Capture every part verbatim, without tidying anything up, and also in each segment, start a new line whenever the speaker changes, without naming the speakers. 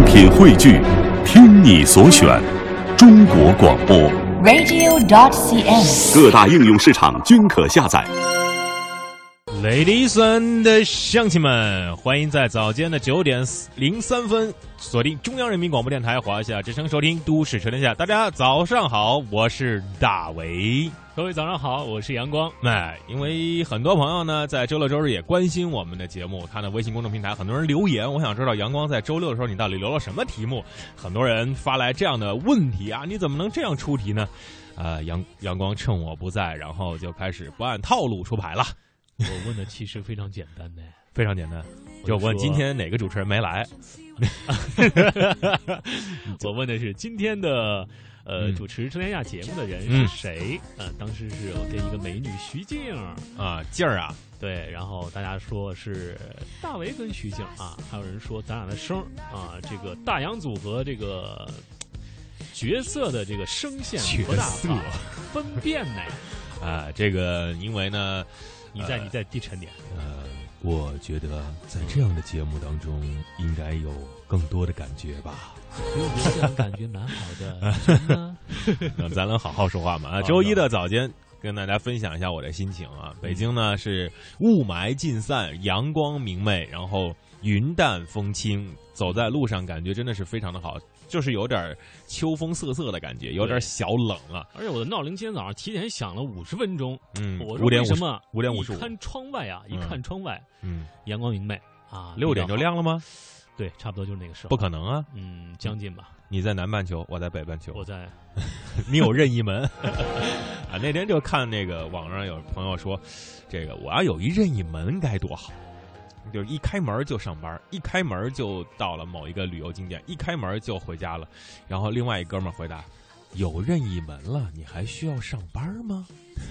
品汇聚，听你所选，中国广播
radio dot c n，
各大应用市场均可下载。
Ladies and 乡亲们，欢迎在早间的九点零三分锁定中央人民广播电台华夏之声，收听《都市车天下》。大家早上好，我是大为。
各位早上好，我是阳光。
哎，因为很多朋友呢在周六周日也关心我们的节目，看到微信公众平台很多人留言，我想知道阳光在周六的时候你到底留了什么题目？很多人发来这样的问题啊，你怎么能这样出题呢？呃，阳阳光趁我不在，然后就开始不按套路出牌了。
我问的其实非常简单的，
非常简单，就问今天哪个主持人没来。
我问的是今天的呃、嗯、主持车天下节目的人是谁？嗯、呃，当时是我跟一个美女徐静
啊，静儿啊，
对，然后大家说是大为跟徐静啊，还有人说咱俩的声啊，这个大洋组合这个角色的这个声线不大好分辨呢。
啊，这个因为呢。
你再、呃、你再低沉点。
呃，我觉得在这样的节目当中，应该有更多的感觉吧。
我觉得这种感觉蛮好的。
让咱能好好说话嘛。啊，周一的早间跟大家分享一下我的心情啊。北京呢是雾霾尽散，阳光明媚，然后云淡风轻，走在路上感觉真的是非常的好。就是有点秋风瑟瑟的感觉，有点小冷啊。
而且我的闹铃今天早上提前响了五十分钟。
嗯，
我说为什么？
五点五十五。
一看窗外啊，一看窗外，
嗯，
阳光明媚啊，
六点就亮了吗？
对，差不多就是那个时候。
不可能啊，
嗯，将近吧。
你在南半球，我在北半球。
我在，
你有任意门啊？那天就看那个网上有朋友说，这个我要有一任意门该多好。就是一开门就上班，一开门就到了某一个旅游景点，一开门就回家了。然后另外一哥们儿回答：“有任意门了，你还需要上班吗？”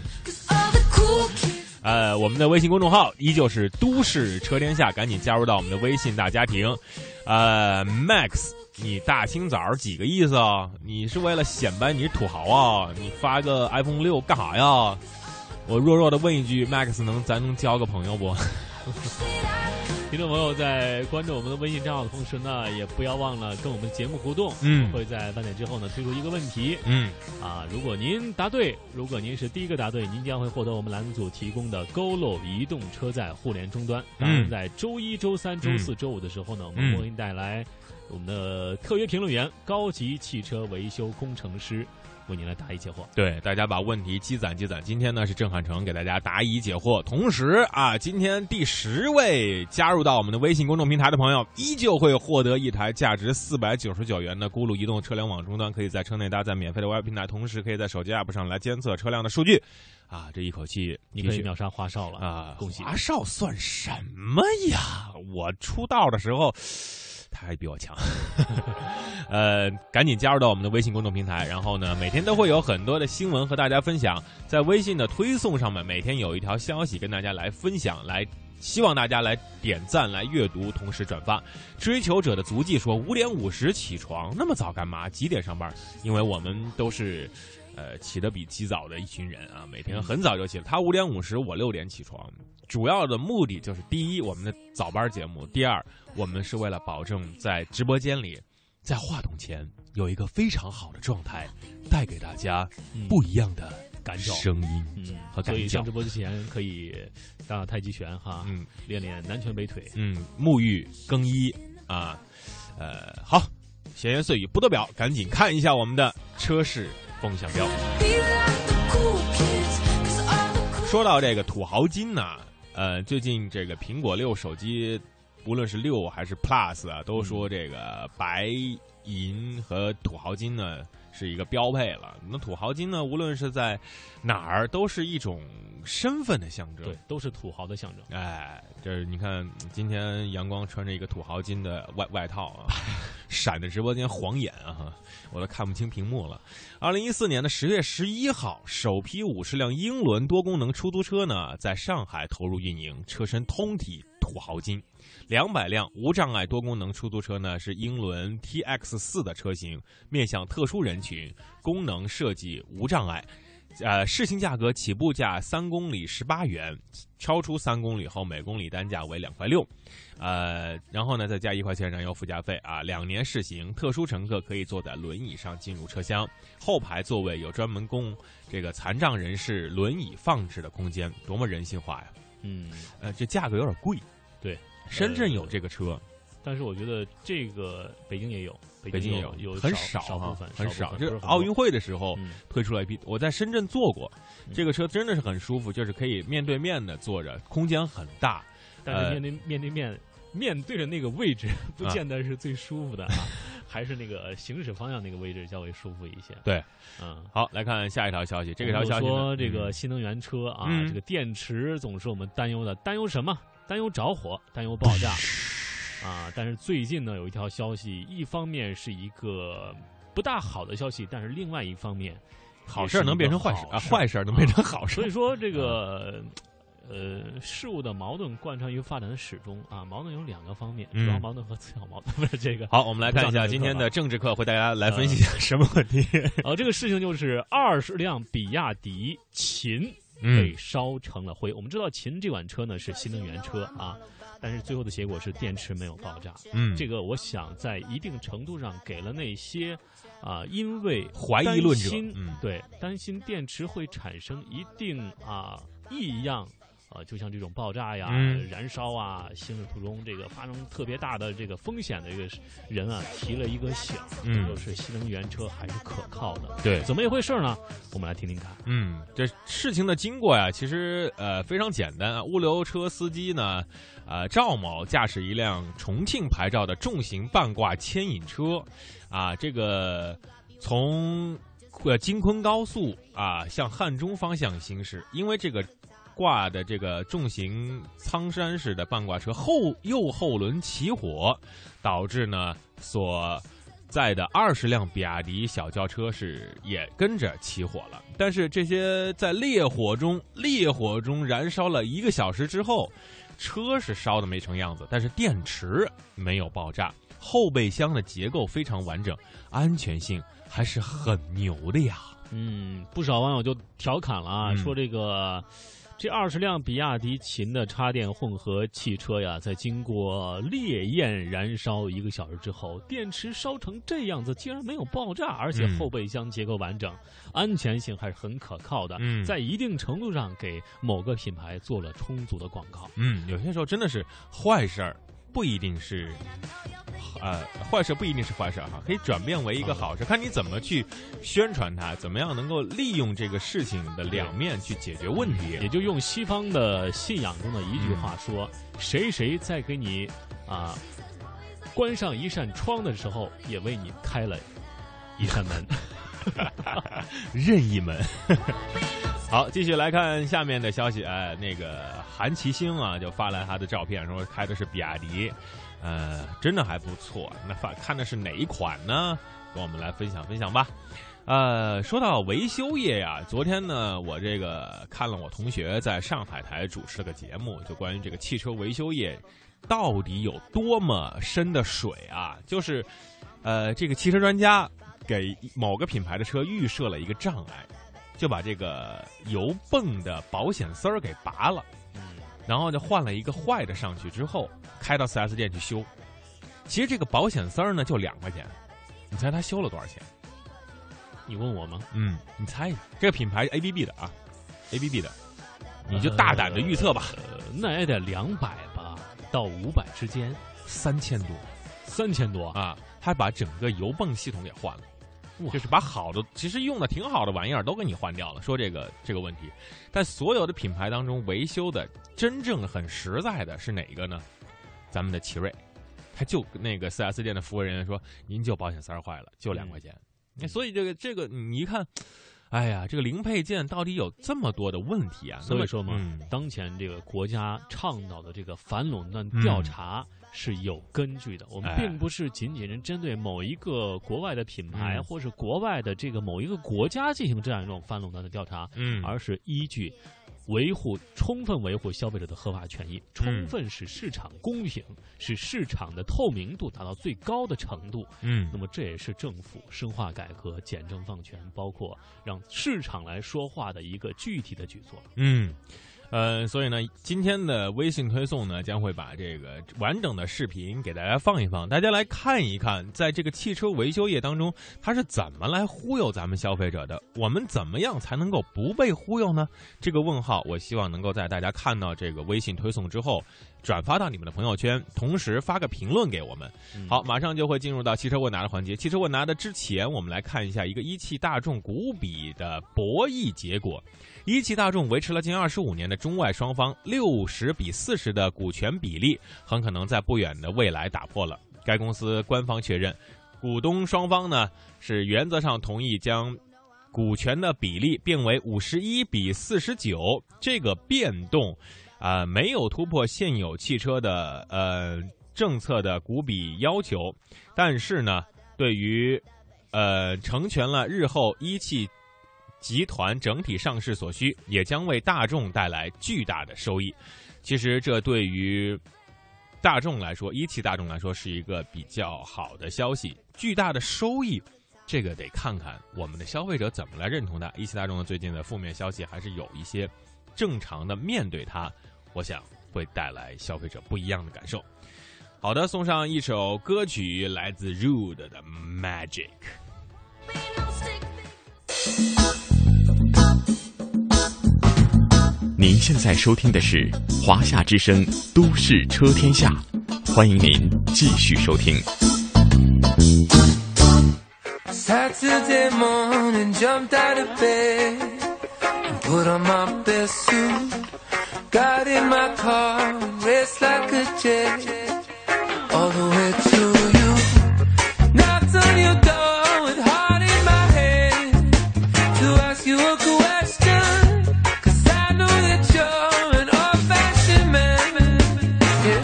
呃，我们的微信公众号依旧是都市车天下，赶紧加入到我们的微信大家庭。呃 ，Max， 你大清早几个意思啊？你是为了显摆你是土豪啊？你发个 iPhone 六干啥呀？我弱弱的问一句 ，Max 能咱能交个朋友不？
听众朋友在关注我们的微信账号的同时呢，也不要忘了跟我们的节目互动。
嗯，
会在半点之后呢推出一个问题。
嗯，
啊，如果您答对，如果您是第一个答对，您将会获得我们栏目组提供的 Golo 移动车载互联终端。当然，在周一、周三、周四周五的时候呢，我们会给您带来我们的特约评论员、高级汽车维修工程师。为您来答疑解惑。
对，大家把问题积攒积攒。今天呢是郑汉成给大家答疑解惑，同时啊，今天第十位加入到我们的微信公众平台的朋友，依旧会获得一台价值四百九十九元的咕噜移动车联网终端，可以在车内搭载免费的 web 平台，同时可以在手机 app 上来监测车辆的数据。啊，这一口气
你可以秒杀华少了
啊！
恭喜！
华少算什么呀？我出道的时候。他还比我强，呃，赶紧加入到我们的微信公众平台，然后呢，每天都会有很多的新闻和大家分享，在微信的推送上面，每天有一条消息跟大家来分享，来希望大家来点赞、来阅读，同时转发。追求者的足迹说，五点五十起床，那么早干嘛？几点上班？因为我们都是。呃，起得比鸡早的一群人啊，每天很早就起了。他五点五十，我六点起床。主要的目的就是：第一，我们的早班节目；第二，我们是为了保证在直播间里，在话筒前有一个非常好的状态，带给大家不一样的感受、声音和感觉。
所以上直播之前可以打打太极拳哈，
嗯，
练练南拳北腿，
嗯，沐浴更衣啊，呃，好，闲言碎语不得表，赶紧看一下我们的车市。风向标。说到这个土豪金呢、啊，呃，最近这个苹果六手机，无论是六还是 Plus 啊，都说这个白银和土豪金呢是一个标配了。那土豪金呢，无论是在哪儿，都是一种身份的象征，
对，都是土豪的象征。
哎，这你看，今天阳光穿着一个土豪金的外外套啊。闪着直播间晃眼啊，我都看不清屏幕了。二零一四年的十月十一号，首批五十辆英伦多功能出租车呢，在上海投入运营，车身通体土豪金。两百辆无障碍多功能出租车呢，是英伦 T X 四 的车型，面向特殊人群，功能设计无障碍。 呃，试行价格起步价三公里十八元，超出三公里后每公里单价为两块六，呃，然后呢再加一块钱燃油附加费啊，两年试行，特殊乘客可以坐在轮椅上进入车厢，后排座位有专门供这个残障人士轮椅放置的空间，多么人性化呀！
嗯，
呃，这价格有点贵，
对，
深圳有这个车。呃
但是我觉得这个北京也有，北
京也
有有
很
少
少
部分，
很少。
就
就是奥运会的时候
嗯、
推出来一批，我在深圳坐过，嗯、这个车真的是很舒服，就是可以面对面的坐着，空间很大。
但是面对、呃、面对面面对着那个位置，不见得是最舒服的啊，还是那个行驶方向那个位置较为舒服一些。
对，
嗯，
好，来看下一条消息。这个条消息
说这个新能源车啊，
嗯、
这个电池总是我们担忧的，担忧什么？担忧着火，担忧爆炸。啊，但是最近呢，有一条消息，一方面是一个不大好的消息，但是另外一方面，
好事能变成坏事啊，坏事能变成好事。
所以说，这个呃，事物的矛盾贯穿于发展的始终啊，矛盾有两个方面，主要矛盾和次要矛盾。不是这个。
好，我们来看一下今天的政治课，会大家来分析什么问题？
呃，这个事情就是二十辆比亚迪秦被烧成了灰。我们知道秦这款车呢是新能源车啊。但是最后的结果是电池没有爆炸，
嗯，
这个我想在一定程度上给了那些啊、呃，因为
怀疑论者，
嗯，对，担心电池会产生一定啊、呃、异样。啊，就像这种爆炸呀、
嗯、
燃烧啊，行驶途中这个发生特别大的这个风险的一个人啊，提了一个醒，
嗯，
就是新能源车还是可靠的。
对，
怎么一回事呢？我们来听听看。
嗯，这事情的经过呀，其实呃非常简单啊。物流车司机呢，呃赵某驾驶一辆重庆牌照的重型半挂牵引车，啊，这个从呃京昆高速啊向汉中方向行驶，因为这个。挂的这个重型苍山式的半挂车后右后轮起火，导致呢所在的二十辆比亚迪小轿车是也跟着起火了。但是这些在烈火中烈火中燃烧了一个小时之后，车是烧的没成样子，但是电池没有爆炸，后备箱的结构非常完整，安全性还是很牛的呀。
嗯，不少网友就调侃了啊，嗯、说这个。这二十辆比亚迪秦的插电混合汽车呀，在经过烈焰燃烧一个小时之后，电池烧成这样子，竟然没有爆炸，而且后备箱结构完整，嗯、安全性还是很可靠的。
嗯，
在一定程度上给某个品牌做了充足的广告。
嗯，有些时候真的是坏事儿，不一定是。呃，坏事不一定是坏事哈，可以转变为一个好事，看你怎么去宣传它，怎么样能够利用这个事情的两面去解决问题。
也就用西方的信仰中的一句话说：“嗯、谁谁在给你啊、呃、关上一扇窗的时候，也为你开了一扇门，
任意门。”好，继续来看下面的消息。哎、呃，那个韩琦星啊，就发来他的照片，说开的是比亚迪。呃，真的还不错。那发看的是哪一款呢？跟我们来分享分享吧。呃，说到维修业呀，昨天呢，我这个看了我同学在上海台主持了个节目，就关于这个汽车维修业到底有多么深的水啊。就是，呃，这个汽车专家给某个品牌的车预设了一个障碍，就把这个油泵的保险丝儿给拔了。然后就换了一个坏的上去之后，开到 四 S 店去修。其实这个保险丝儿呢就两块钱，你猜他修了多少钱？
你问我吗？
嗯，你猜一下，这个品牌 A B B 的啊 ，A B B 的，你就大胆的预测吧。
呃，那也得两百吧，到五百之间，
三千多，
三千多
啊！还把整个油泵系统给换了。就是把好的，其实用的挺好的玩意儿都给你换掉了。说这个这个问题，但所有的品牌当中维修的真正很实在的是哪一个呢？咱们的奇瑞，他就那个 四 S 店的服务人员说：“您就保险丝坏了，就两块钱。嗯”所以这个这个你一看，哎呀，这个零配件到底有这么多的问题啊！
所以说嘛，
嗯、
当前这个国家倡导的这个反垄断调查。嗯是有根据的，我们并不是仅仅是针对某一个国外的品牌，
嗯、
或是国外的这个某一个国家进行这样一种反垄断的调查，
嗯，
而是依据维护充分维护消费者的合法权益，充分使市场公平，使市场的透明度达到最高的程度。
嗯，
那么这也是政府深化改革、简政放权，包括让市场来说话的一个具体的举措。
嗯。呃，所以呢，今天的微信推送呢，将会把这个完整的视频给大家放一放，大家来看一看，在这个汽车维修业当中，它是怎么来忽悠咱们消费者的？我们怎么样才能够不被忽悠呢？这个问号，我希望能够在大家看到这个微信推送之后，转发到你们的朋友圈，同时发个评论给我们。好，马上就会进入到汽车问答的环节。汽车问答的之前，我们来看一下一个一汽大众股比的博弈结果。一汽大众维持了近二十五年的中外双方六十比四十的股权比例，很可能在不远的未来打破了。该公司官方确认，股东双方呢是原则上同意将股权的比例变为五十一比四十九，这个变动啊、呃、没有突破现有汽车的呃政策的股比要求，但是呢，对于呃成全了日后一汽集团整体上市所需，也将为大众带来巨大的收益。其实这对于大众来说，一汽大众来说是一个比较好的消息。巨大的收益，这个得看看我们的消费者怎么来认同它。一汽大众的最近的负面消息还是有一些，正常的面对它，我想会带来消费者不一样的感受。好的，送上一首歌曲，来自 Rude 的 Magic。
您现在收听的是华夏之声都市车天下，欢迎您继续收听。
Saturday morning, jumped out of bed and put on my best suit. Got in my car, raced like a jet all the way to you. Knocked on your door with heart in my hand to ask you a question, 'cause I know that you're an old-fashioned man. Yeah.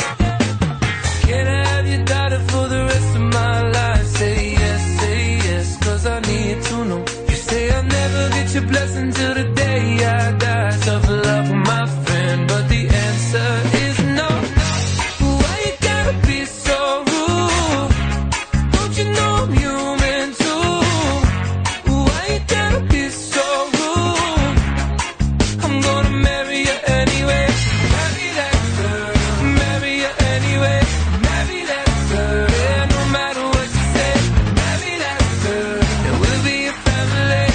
Can I have your daughter for the rest of my life? Say yes, say yes, 'cause I need to know. You say I'll never get your blessing till the day I die. Suffer love with my friend, but the answer is no. Why you gotta be so rude? Don't you know I'm human too? Why you gotta be so rude? I'm gonna marry you anyway. Marry that girl. Marry you anyway. Marry that girl. Yeah, no matter what you say. Marry that girl. And we'll be a family.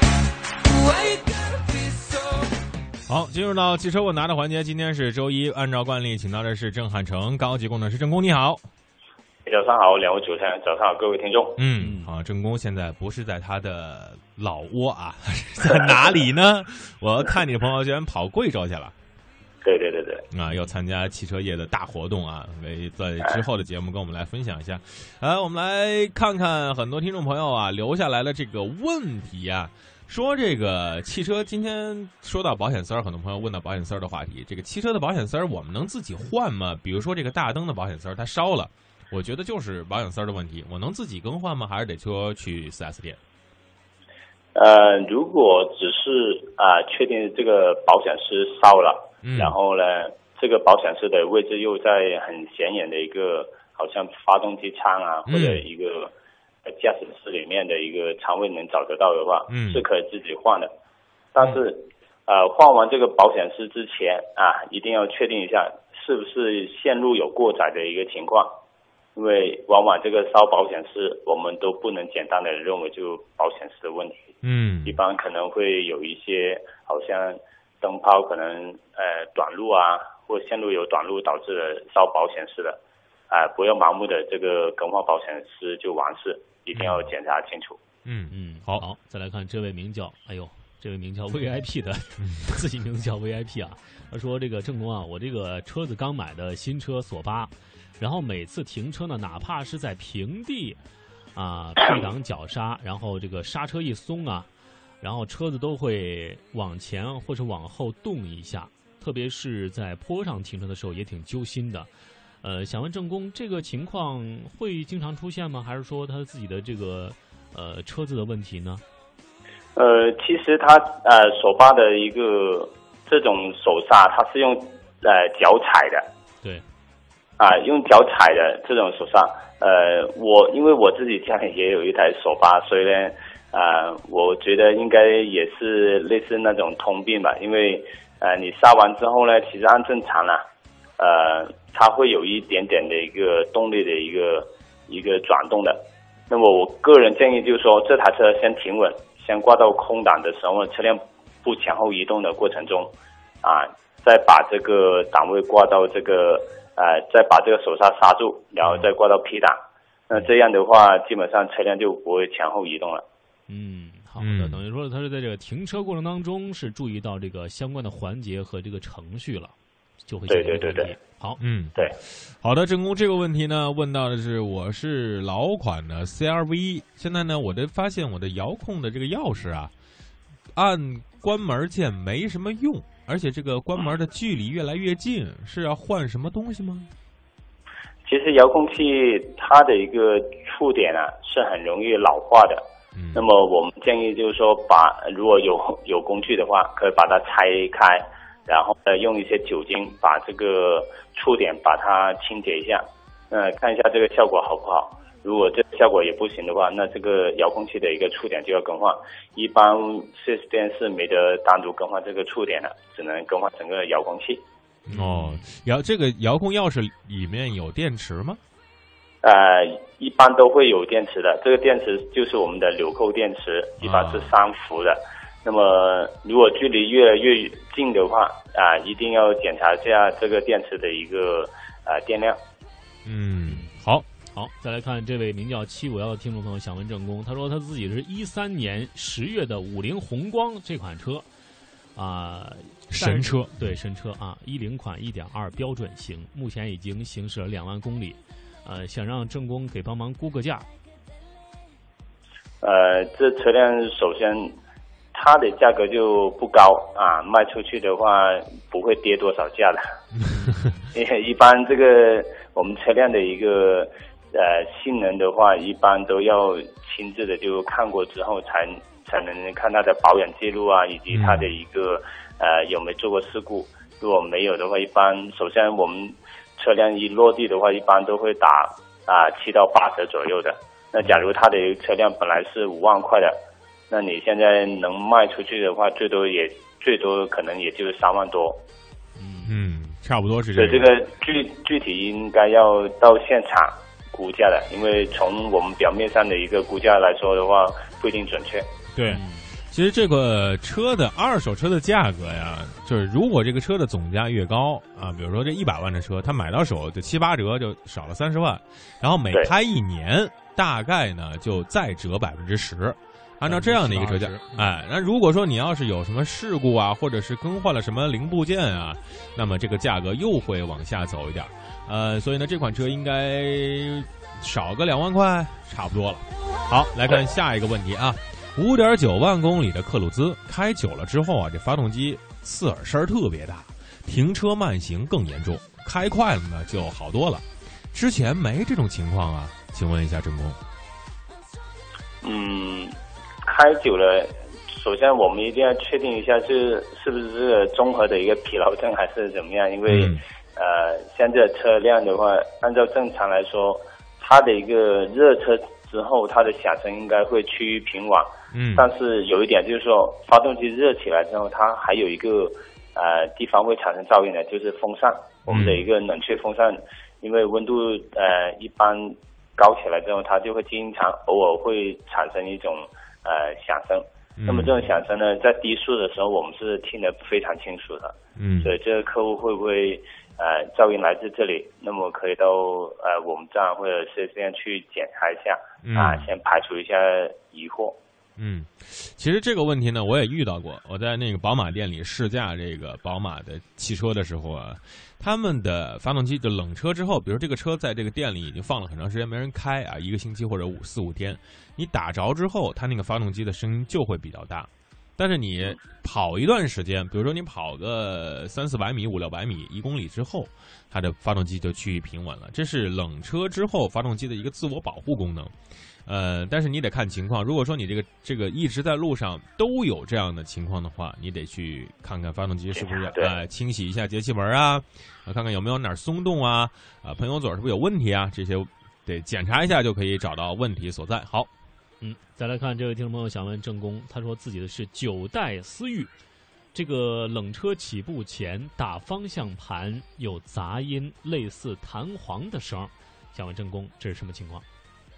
Why you gotta be so?
好，进入到汽车问答的环节。今天是周一，按照惯例，请到的是郑汉成高级工程师。郑工你好。
早上好，两位主持人，早上好，各位听众。
嗯，好，郑工现在不是在他的老窝啊，在哪里呢？我看你的朋友圈跑贵州去了。
对对对对，
啊，要参加汽车业的大活动啊，为在之后的节目跟我们来分享一下。呃，我们来看看很多听众朋友啊留下来了这个问题啊，说这个汽车今天说到保险丝儿，很多朋友问到保险丝儿的话题，这个汽车的保险丝儿我们能自己换吗？比如说这个大灯的保险丝儿它烧了，我觉得就是保险丝儿的问题，我能自己更换吗？还是得说去 四 S 店？
呃，如果只是啊、呃、确定这个保险丝烧了，
嗯，
然后呢，这个保险丝的位置又在很显眼的一个，好像发动机舱啊，
嗯、
或者一个驾驶室里面的一个仓位能找得到的话，
嗯，
是可以自己换的。但是，呃，换完这个保险丝之前啊，一定要确定一下是不是线路有过载的一个情况。因为往往这个烧保险丝，我们都不能简单的认为就保险丝的问题，
嗯，
一般可能会有一些好像灯泡可能呃短路啊，或线路有短路导致了烧保险丝的，啊、呃，不要盲目的这个更换保险丝就完事，一定要检查清楚。
嗯
嗯，
好，
好，再来看这位名叫，哎呦，这位名叫 V I P 的，自己名字叫 V I P 啊，他说这个郑工啊，我这个车子刚买的新车索八。然后每次停车呢，哪怕是在平地，啊，P档脚刹，然后这个刹车一松啊，然后车子都会往前或者往后动一下，特别是在坡上停车的时候也挺揪心的。呃，想问郑工，这个情况会经常出现吗？还是说他自己的这个呃车子的问题呢？
呃，其实他呃索八的一个这种手刹它是用呃脚踩的。
对。
啊，用脚踩的这种手刹，呃，我因为我自己家里也有一台手把，所以呢，呃，我觉得应该也是类似那种通病吧。因为呃，你刹完之后呢，其实按正常啦，呃，它会有一点点的一个动力的一个一个转动的。那么我个人建议就是说，这台车先停稳，先挂到空档的时候，车辆不前后移动的过程中，啊，再把这个档位挂到这个。呃，再把这个手刹刹住，然后再挂到 P 档，那这样的话，基本上车辆就不会前后移动了。
嗯，好的，等于说它是在这个停车过程当中是注意到这个相关的环节和这个程序了，就会
对对对对。
好，
嗯，
对，
好的，郑工这个问题呢，问到的是我是老款的 C R V， 现在呢，我的发现我的遥控的这个钥匙啊，按关门键没什么用。而且这个关门的距离越来越近，是要换什么东西吗？
其实遥控器它的一个触点啊是很容易老化的。嗯，那么我们建议就是说把，如果有有工具的话，可以把它拆开，然后呢用一些酒精把这个触点把它清洁一下，呃看一下这个效果好不好。如果这个效果也不行的话，那这个遥控器的一个触点就要更换。一般四 S店是没得单独更换这个触点的，只能更换整个遥控器。
哦，遥这个遥控钥匙里面有电池吗？
呃，一般都会有电池的。这个电池就是我们的纽扣电池，一般是三伏的。啊、那么如果距离越来越近的话，啊、呃，一定要检查一下这个电池的一个呃电量。
嗯，好。
好，再来看这位名叫七五幺的听众朋友想问郑工，他说他自己是一三年十月的五菱宏光这款车，啊、呃，
神车，
对神车啊，一零款一点二标准型，目前已经行驶了两万公里，呃，想让郑工给帮忙估个价。
呃，这车辆首先它的价格就不高啊，卖出去的话不会跌多少价的，因为一般这个我们车辆的一个。呃，性能的话，一般都要亲自的就看过之后才才能看它的保养记录啊，以及它的一个呃有没有做过事故。如果没有的话，一般首先我们车辆一落地的话，一般都会打啊七到八折左右的。那假如它的车辆本来是五万块的，那你现在能卖出去的话，最多也最多可能也就是三万多。
嗯，差不多是这样。
对，这个具具体应该要到现场估价的，因为从我们表面上的一个估价来说的话，不一定准确。
对，其实这个车的二手车的价格呀，就是如果这个车的总价越高啊，比如说这一百万的车，它买到手就七八折，就少了三十万，然后每开一年大概呢就再折百分之十。按照这样的一个车价，哎，那如果说你要是有什么事故啊，或者是更换了什么零部件啊，那么这个价格又会往下走一点。呃，所以呢，这款车应该少个两万块，差不多了。好，来看下一个问题啊，五点九万公里的克鲁兹开久了之后啊，这发动机刺耳声特别大，停车慢行更严重，开快了呢就好多了。之前没这种情况啊？请问一下郑工。
嗯。开久了，首先我们一定要确定一下，是是不是这个综合的一个疲劳症还是怎么样？因为、嗯、呃，像这车辆的话，按照正常来说，它的一个热车之后，它的响声应该会趋于平稳。嗯。但是有一点就是说，发动机热起来之后，它还有一个呃地方会产生噪音的，就是风扇，我们的一个冷却风扇，因为温度呃一般高起来之后，它就会经常偶尔会产生一种。呃，响声。那么这种响声呢，在低速的时候，我们是听得非常清楚的。嗯。所以这个客户会不会呃噪音来自这里？那么可以到呃我们站或者是这样去检查一下、嗯、啊，先排除一下疑惑。
嗯，其实这个问题呢，我也遇到过。我在那个宝马店里试驾这个宝马的汽车的时候啊，他们的发动机就冷车之后，比如这个车在这个店里已经放了很长时间没人开啊，一个星期或者五四五天，你打着之后，它那个发动机的声音就会比较大。 但是你跑一段时间，比如说你跑个三四百米、五六百米、一公里之后，它的发动机就趋于平稳了。这是冷车之后发动机的一个自我保护功能。呃，但是你得看情况。如果说你这个这个一直在路上都有这样的情况的话，你得去看看发动机是不是呃清洗一下节气门啊，呃，看看有没有哪儿松动啊，啊、呃，喷油嘴是不是有问题啊，这些得检查一下就可以找到问题所在。好，
嗯，再来看这位听众朋友想问郑工，他说自己的是九代思域，这个冷车起步前打方向盘有杂音，类似弹簧的声，想问郑工这是什么情况？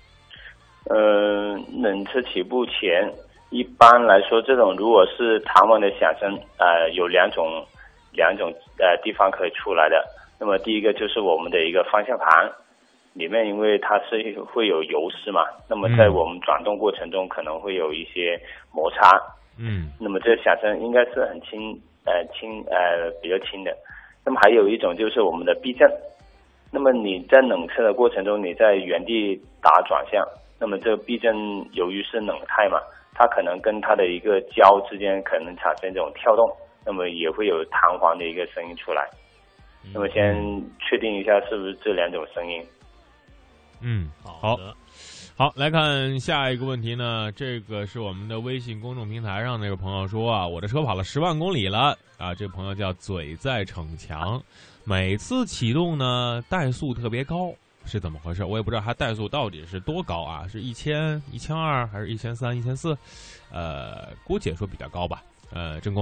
呃，冷车起步前，一般来说，这种如果是弹簧的响声，呃，有两种两种呃地方可以出来的。那么第一个就是我们的一个方向盘里面，因为它是会有油丝嘛，那么在我们转动过程中可能会有一些摩擦，
嗯，
那么这个响声应该是很轻呃轻呃比较轻的。那么还有一种就是我们的避震，那么你在冷车的过程中，你在原地打转向。那么这个避震由于是冷态嘛，它可能跟它的一个胶之间可能产生这种跳动，那么也会有弹簧的一个声音出来。
嗯、
那么先确定一下是不是这两种声音。
嗯，好的，好，来看下一个问题呢。这个是我们的微信公众平台上那个朋友说啊，我的车跑了十万公里了啊，这个朋友叫嘴在逞强，每次启动呢怠速特别高。是怎么回事？我也不知道它怠速到底是多高啊？是一千、一千二，还是一千三、一千四？呃，姑且说比较高吧。呃，郑工，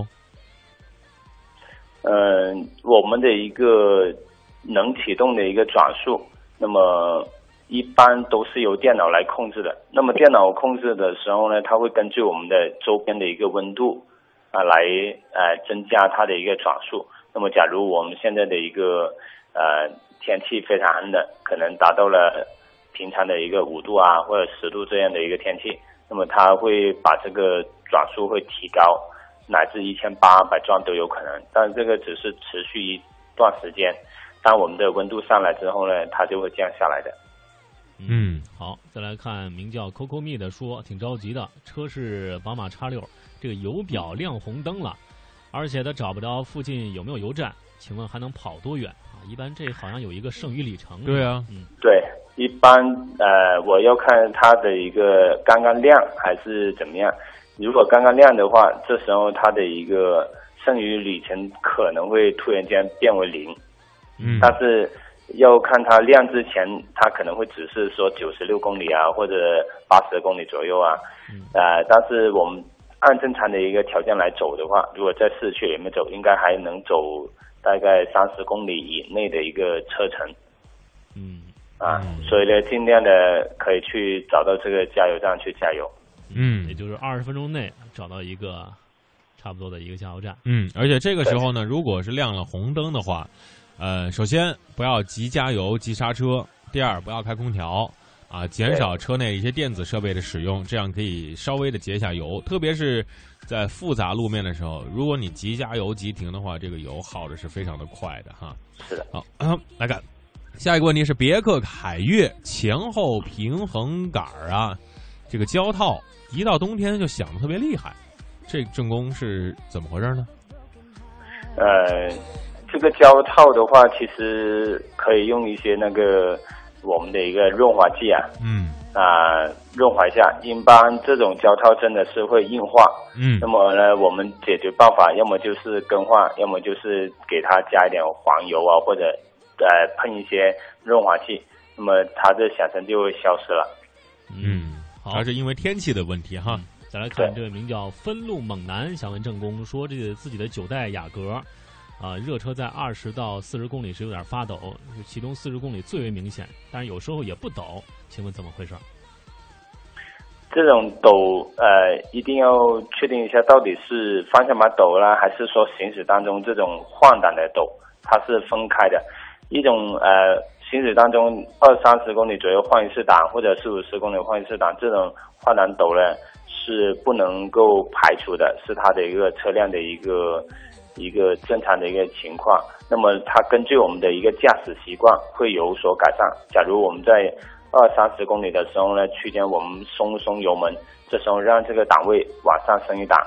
呃，我们的一个能启动的一个转速，那么一般都是由电脑来控制的。那么电脑控制的时候呢，它会根据我们的周边的一个温度啊来呃增加它的一个转速。那么，假如我们现在的一个呃。天气非常寒冷，可能达到了平常的一个五度啊或者十度这样的一个天气，那么它会把这个转速会提高，乃至一千八百转都有可能。但这个只是持续一段时间，当我们的温度上来之后呢，它就会降下来的。
嗯，好，再来看名叫 Coco Me 的说，挺着急的，车是宝马 X 六，这个油表亮红灯了，而且他找不着附近有没有油站，请问还能跑多远？一般这好像有一个剩余里程。
对啊，
嗯，对，一般呃，我要看它的一个刚刚亮还是怎么样。如果刚刚亮的话，这时候它的一个剩余里程可能会突然间变为零。
嗯，
但是要看它亮之前，它可能会只是说九十六公里啊，或者八十公里左右啊。
嗯、
呃，但是我们按正常的一个条件来走的话，如果在市区里面走，应该还能走大概三十公里以内的一个车程，
嗯
啊，所以呢，尽量的可以去找到这个加油站去加油，
嗯，
也就是二十分钟内找到一个差不多的一个加油站，
嗯，而且这个时候呢，如果是亮了红灯的话，呃，首先不要急加油、急刹车，第二不要开空调。啊，减少车内一些电子设备的使用，这样可以稍微的节一下油，特别是在复杂路面的时候，如果你急加油急停的话，这个油耗的是非常的快的哈。
是的。
好，啊、来看下一个问题是别克凯越前后平衡杆啊，这个胶套一到冬天就响得特别厉害，这郑工是怎么回事呢？
呃，这个胶套的话，其实可以用一些那个。我们的一个润滑剂啊，
嗯，
啊、呃，润滑一下。一般这种胶套真的是会硬化，
嗯，
那么呢，我们解决办法要么就是更换，要么就是给它加一点黄油啊，或者呃喷一些润滑剂，那么它这响声就会消失了。
嗯，好，
还是因为天气的问题哈。
嗯、再来看这位名叫分路猛男，想问郑工说，这个自己的九代雅阁。啊，热车在二十到四十公里时有点发抖，其中四十公里最为明显，但是有时候也不抖，请问怎么回事？
这种抖，呃，一定要确定一下，到底是方向盘抖啦，还是说行驶当中这种换挡的抖，它是分开的。一种呃，行驶当中二三十公里左右换一次档，或者四五十公里换一次档，这种换挡抖呢是不能够排除的，是它的一个车辆的一个。一个正常的一个情况，那么它根据我们的一个驾驶习惯会有所改善。假如我们在二三十公里的时候呢，区间我们松松油门，这时候让这个档位往上升一档，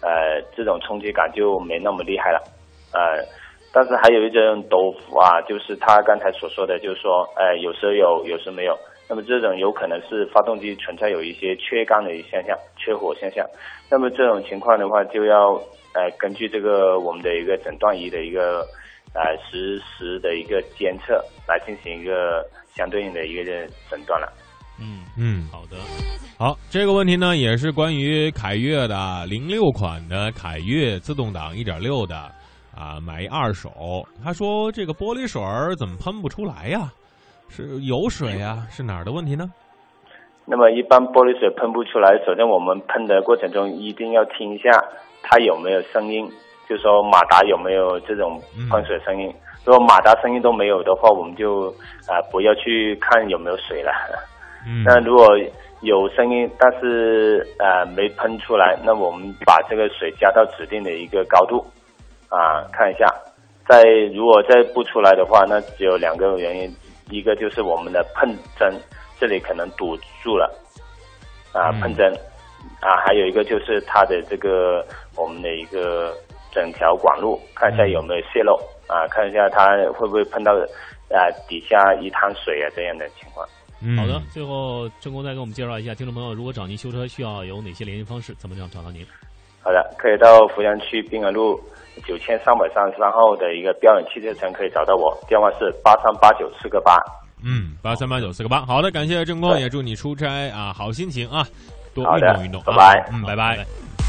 呃，这种冲击感就没那么厉害了，呃，但是还有一种抖幅啊，就是他刚才所说的，就是说，呃，有时候有，有时没有。那么这种有可能是发动机存在有一些缺缸的现象、缺火现象。那么这种情况的话，就要呃根据这个我们的一个诊断仪的一个呃实时的一个监测来进行一个相对应的一个诊断了。
嗯
嗯，
好的。
好，这个问题呢也是关于凯越的零六款的凯越自动挡一点六的啊，买一二手。他说这个玻璃水儿怎么喷不出来呀？是有水呀？是哪儿的问题呢？
那么一般玻璃水喷不出来，首先我们喷的过程中一定要听一下它有没有声音，就是说马达有没有这种喷水声音。嗯、如果马达声音都没有的话，我们就啊、呃、不要去看有没有水了。
嗯，
那如果有声音，但是呃没喷出来，那我们把这个水加到指定的一个高度，啊看一下。再如果再不出来的话，那只有两个原因，一个就是我们的喷针这里可能堵住了，啊喷针，啊还有一个就是它的这个我们的一个整条管路，看一下有没有泄漏，啊看一下它会不会碰到啊底下一滩水啊这样的情况。
嗯、
好的，最后郑工再给我们介绍一下，听众朋友如果找您修车需要有哪些联系方式，怎么样找到您？
好的，可以到福阳区滨河路九千三百三十三号的一个标准汽车城可以找到我，电话是八三八九四个八。
嗯，八三八九四个八。好的，感谢郑工，也祝你出差啊好心情啊，多运动运动。
拜拜。
嗯，拜拜。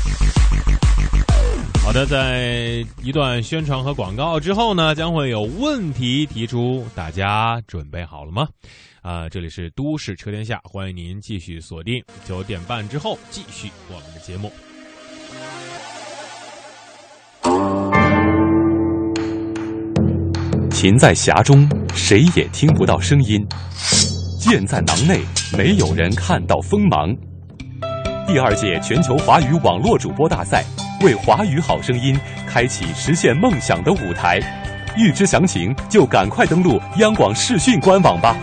好的，在一段宣传和广告之后呢，将会有问题提出，大家准备好了吗？啊、呃，这里是都市车天下，欢迎您继续锁定九点半之后继续我们的节目。
琴在匣中，谁也听不到声音；剑在囊内，没有人看到锋芒。第二届全球华语网络主播大赛为华语好声音开启实现梦想的舞台。预知详情，就赶快登录央广视讯官网吧。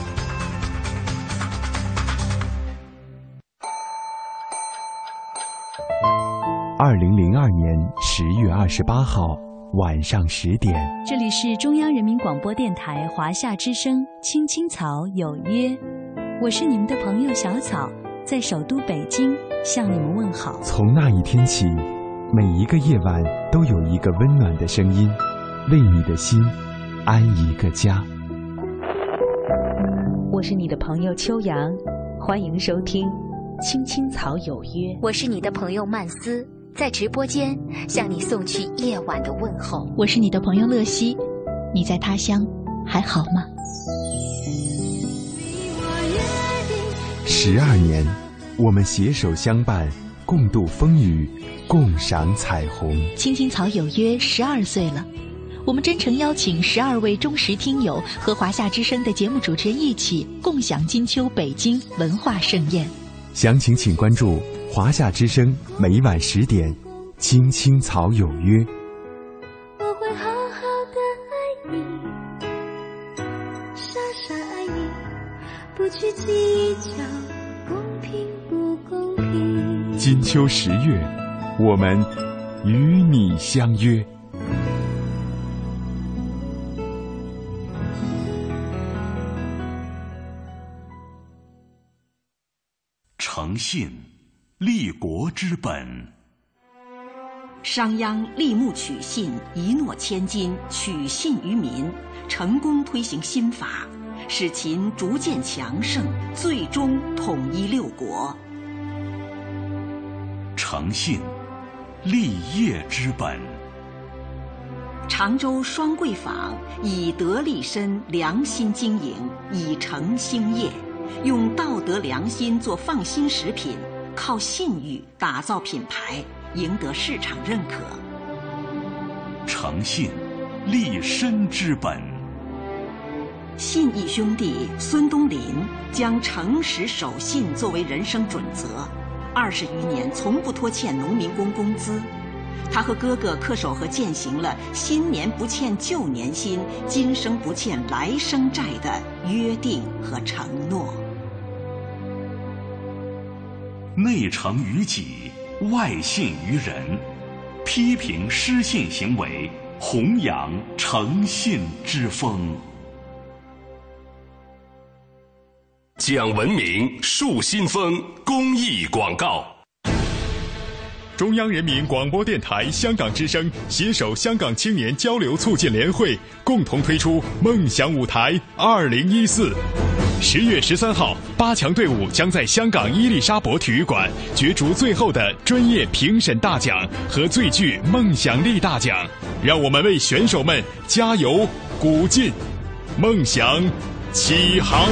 二零零二年十月二十八号晚上十点，
这里是中央人民广播电台华夏之声，青青草有约，我是你们的朋友小草，在首都北京向你们问好。
从那一天起，每一个夜晚都有一个温暖的声音，为你的心安一个家。
我是你的朋友秋阳，欢迎收听青青草有约。
我是你的朋友曼斯，在直播间向你送去夜晚的问候。
我是你的朋友乐西，你在他乡还好吗？
十二年，我们携手相伴，共度风雨，共赏彩虹。
青青草有约十二岁了，我们真诚邀请十二位忠实听友和华夏之声的节目主持人一起共享金秋北京文化盛宴。
详情请关注华夏之声，每晚十点，青青草有约。
我会好好的爱你，傻傻爱你，不去计较公平不公平。
金秋十月，我们与你相约。
诚信，立国之本。
商鞅立木取信，一诺千金，取信于民，成功推行新法，使秦逐渐强盛，最终统一六国。
诚信，立业之本。
常州双桂坊以德立身，良心经营，以诚兴业，用道德良心做放心食品，靠信誉打造品牌，赢得市场认可。
诚信，立身之本。
信义兄弟孙东林将诚实守信作为人生准则，二十余年从不拖欠农民工工资。他和哥哥恪守和践行了新年不欠旧年薪，今生不欠来生债的约定和承诺。
内诚于己， 外信于人，批评失信行为，弘扬诚信之风。
讲文明树新风公益广告。
中央人民广播电台香港之声携手香港青年交流促进联会共同推出梦想舞台二零一四。十月十三号，八强队伍将在香港伊丽莎白体育馆角逐最后的专业评审大奖和最具梦想力大奖。让我们为选手们加油鼓劲，梦想起航。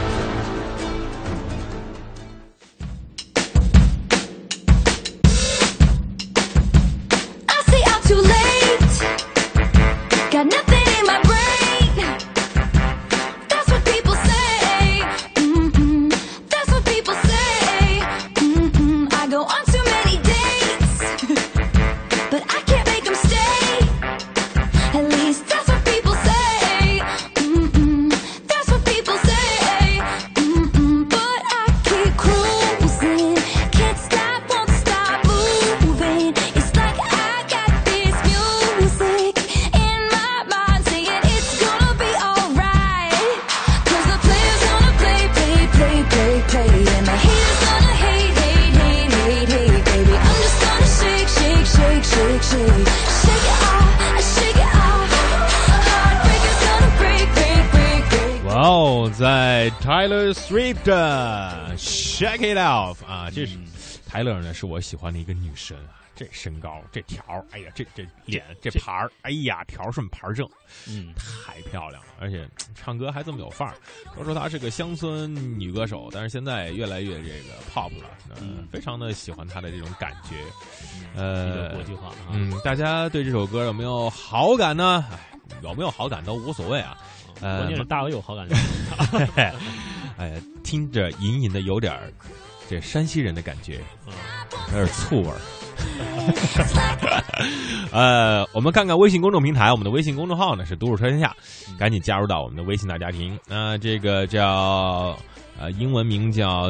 在 Taylor Swift Shake It Off 啊，这是泰勒呢，是我喜欢的一个女神啊。这身高，这条，哎呀，这这脸，这盘儿，哎呀，条顺盘正，嗯，太漂亮了，而且唱歌还这么有范儿。都说她是个乡村女歌手，但是现在越来越这个 pop 了，嗯，非常的喜欢她的这种感觉，呃，
国际化啊，
嗯，大家对这首歌有没有好感呢？哎，有没有好感都无所谓啊。
呃，关键是大为有好感。
哎呀，听着隐隐的有点儿这山西人的感觉，有点醋味儿。呃，我们看看微信公众平台，我们的微信公众号呢是“都市车天下”，赶紧加入到我们的微信大家庭。那、呃、这个叫呃英文名叫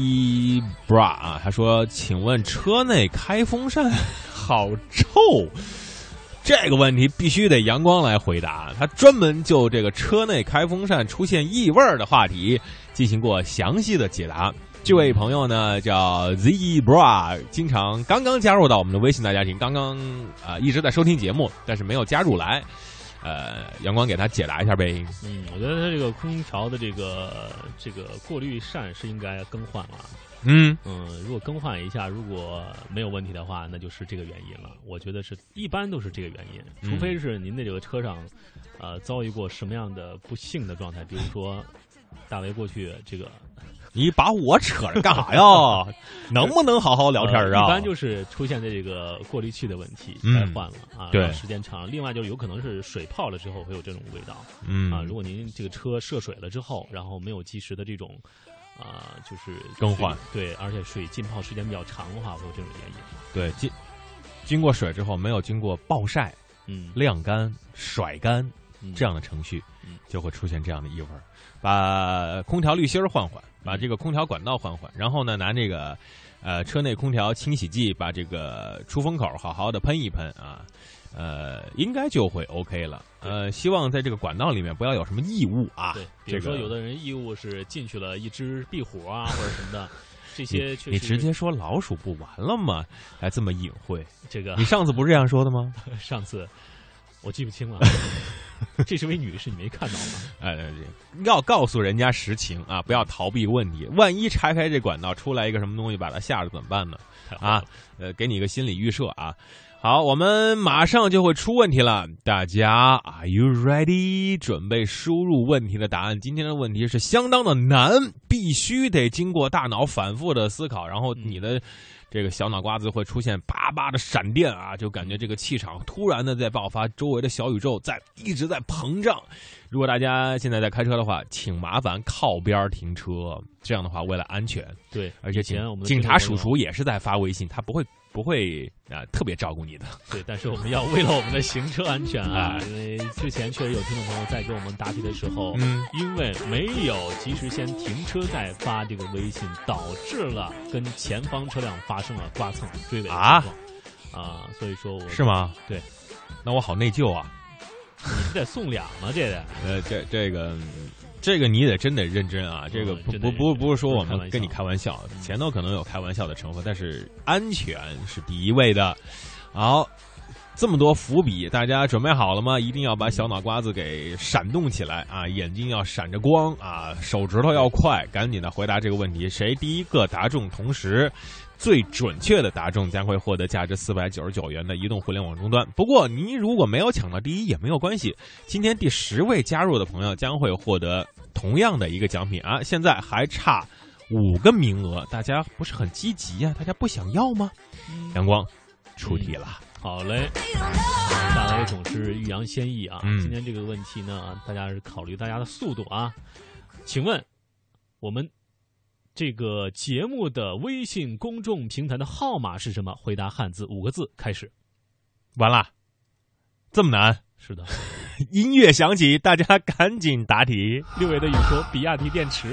Zebra 啊，他说：“请问车内开风扇好臭？”这个问题必须得阳光来回答，他专门就这个车内开风扇出现异味的话题进行过详细的解答。这位朋友呢叫 Zebra， 经常刚刚加入到我们的微信大家庭，刚刚啊、呃、一直在收听节目，但是没有加入来。呃，阳光给他解答一下呗。
嗯，我觉得他这个空调的这个这个过滤扇是应该更换了。
嗯
嗯，如果更换一下，如果没有问题的话，那就是这个原因了。我觉得是一般都是这个原因，除非是您的这个车上，呃，遭遇过什么样的不幸的状态，比如说大为过去这个。
你把我扯着干啥呀？能不能好好聊天啊、呃？
一般就是出现的这个过滤器的问题，该换了、嗯、啊。
对，
时间长。另外就是有可能是水泡了之后会有这种味道。
嗯
啊，如果您这个车涉水了之后，然后没有及时的这种啊、呃，就是
更换，
对，而且水浸泡时间比较长的话，会有这种原因。
对，经经过水之后，没有经过暴晒、
嗯，
晾干、甩干、
嗯、
这样的程序，
嗯，
就会出现这样的异味。把空调滤芯儿换换。把这个空调管道换换，然后呢，拿这个，呃，车内空调清洗剂把这个出风口好好的喷一喷啊，呃，应该就会 OK 了。呃，希望在这个管道里面不要有什么异物啊。
对，比如说有的人异物是进去了一只壁虎啊或者什么的，这些确实
你直接说老鼠不完了吗？还这么隐晦？
这个
你上次不是这样说的吗？
上次我记不清了。这是位女士，你没看到吗？
哎，要告诉人家实情啊，不要逃避问题。万一拆开这管道出来一个什么东西，把它吓着怎么办呢？啊，呃，给你一个心理预设啊。好，我们马上就会出问题了，大家 Are you ready？ 准备输入问题的答案。今天的问题是相当的难，必须得经过大脑反复的思考，然后你的这个小脑瓜子会出现叭叭的闪电啊，就感觉这个气场突然的在爆发，周围的小宇宙在一直在膨胀。 如果大家现在在开车的话，请麻烦靠边停车，这样的话为了安全。
对，
而且警
我们
警察叔叔也是在发微信，他不会不会啊、呃、特别照顾你的。
对，但是我们要为了我们的行车安全啊，因为之前确实有听众朋友在给我们答题的时候，
嗯，
因为没有及时先停车再发这个微信，导致了跟前方车辆发生了刮蹭追尾的情况啊，所以说我
是吗？
对，
那我好内疚啊。
你得送俩吗？这得
呃，这这个，这个你得真得认真啊！这个不不不不是说我们跟你开玩笑，前头可能有开玩笑的成分，但是安全是第一位的。好，这么多伏笔，大家准备好了吗？一定要把小脑瓜子给闪动起来啊！眼睛要闪着光啊，手指头要快，赶紧的回答这个问题。谁第一个答中，同时最准确的答中将会获得价值四百九十九元的移动互联网终端。不过，您如果没有抢到第一也没有关系，今天第十位加入的朋友将会获得同样的一个奖品啊！现在还差五个名额，大家不是很积极呀、啊？大家不想要吗？阳光出题了，
嗯、好嘞。大雷总是欲扬先抑啊！
嗯、
今天这个问题呢，大家是考虑大家的速度啊。请问我们这个节目的微信公众平台的号码是什么？回答汉字五个字开始。
完了，这么难？
是的。
音乐响起，大家赶紧答题。
六位的语说比亚迪电池。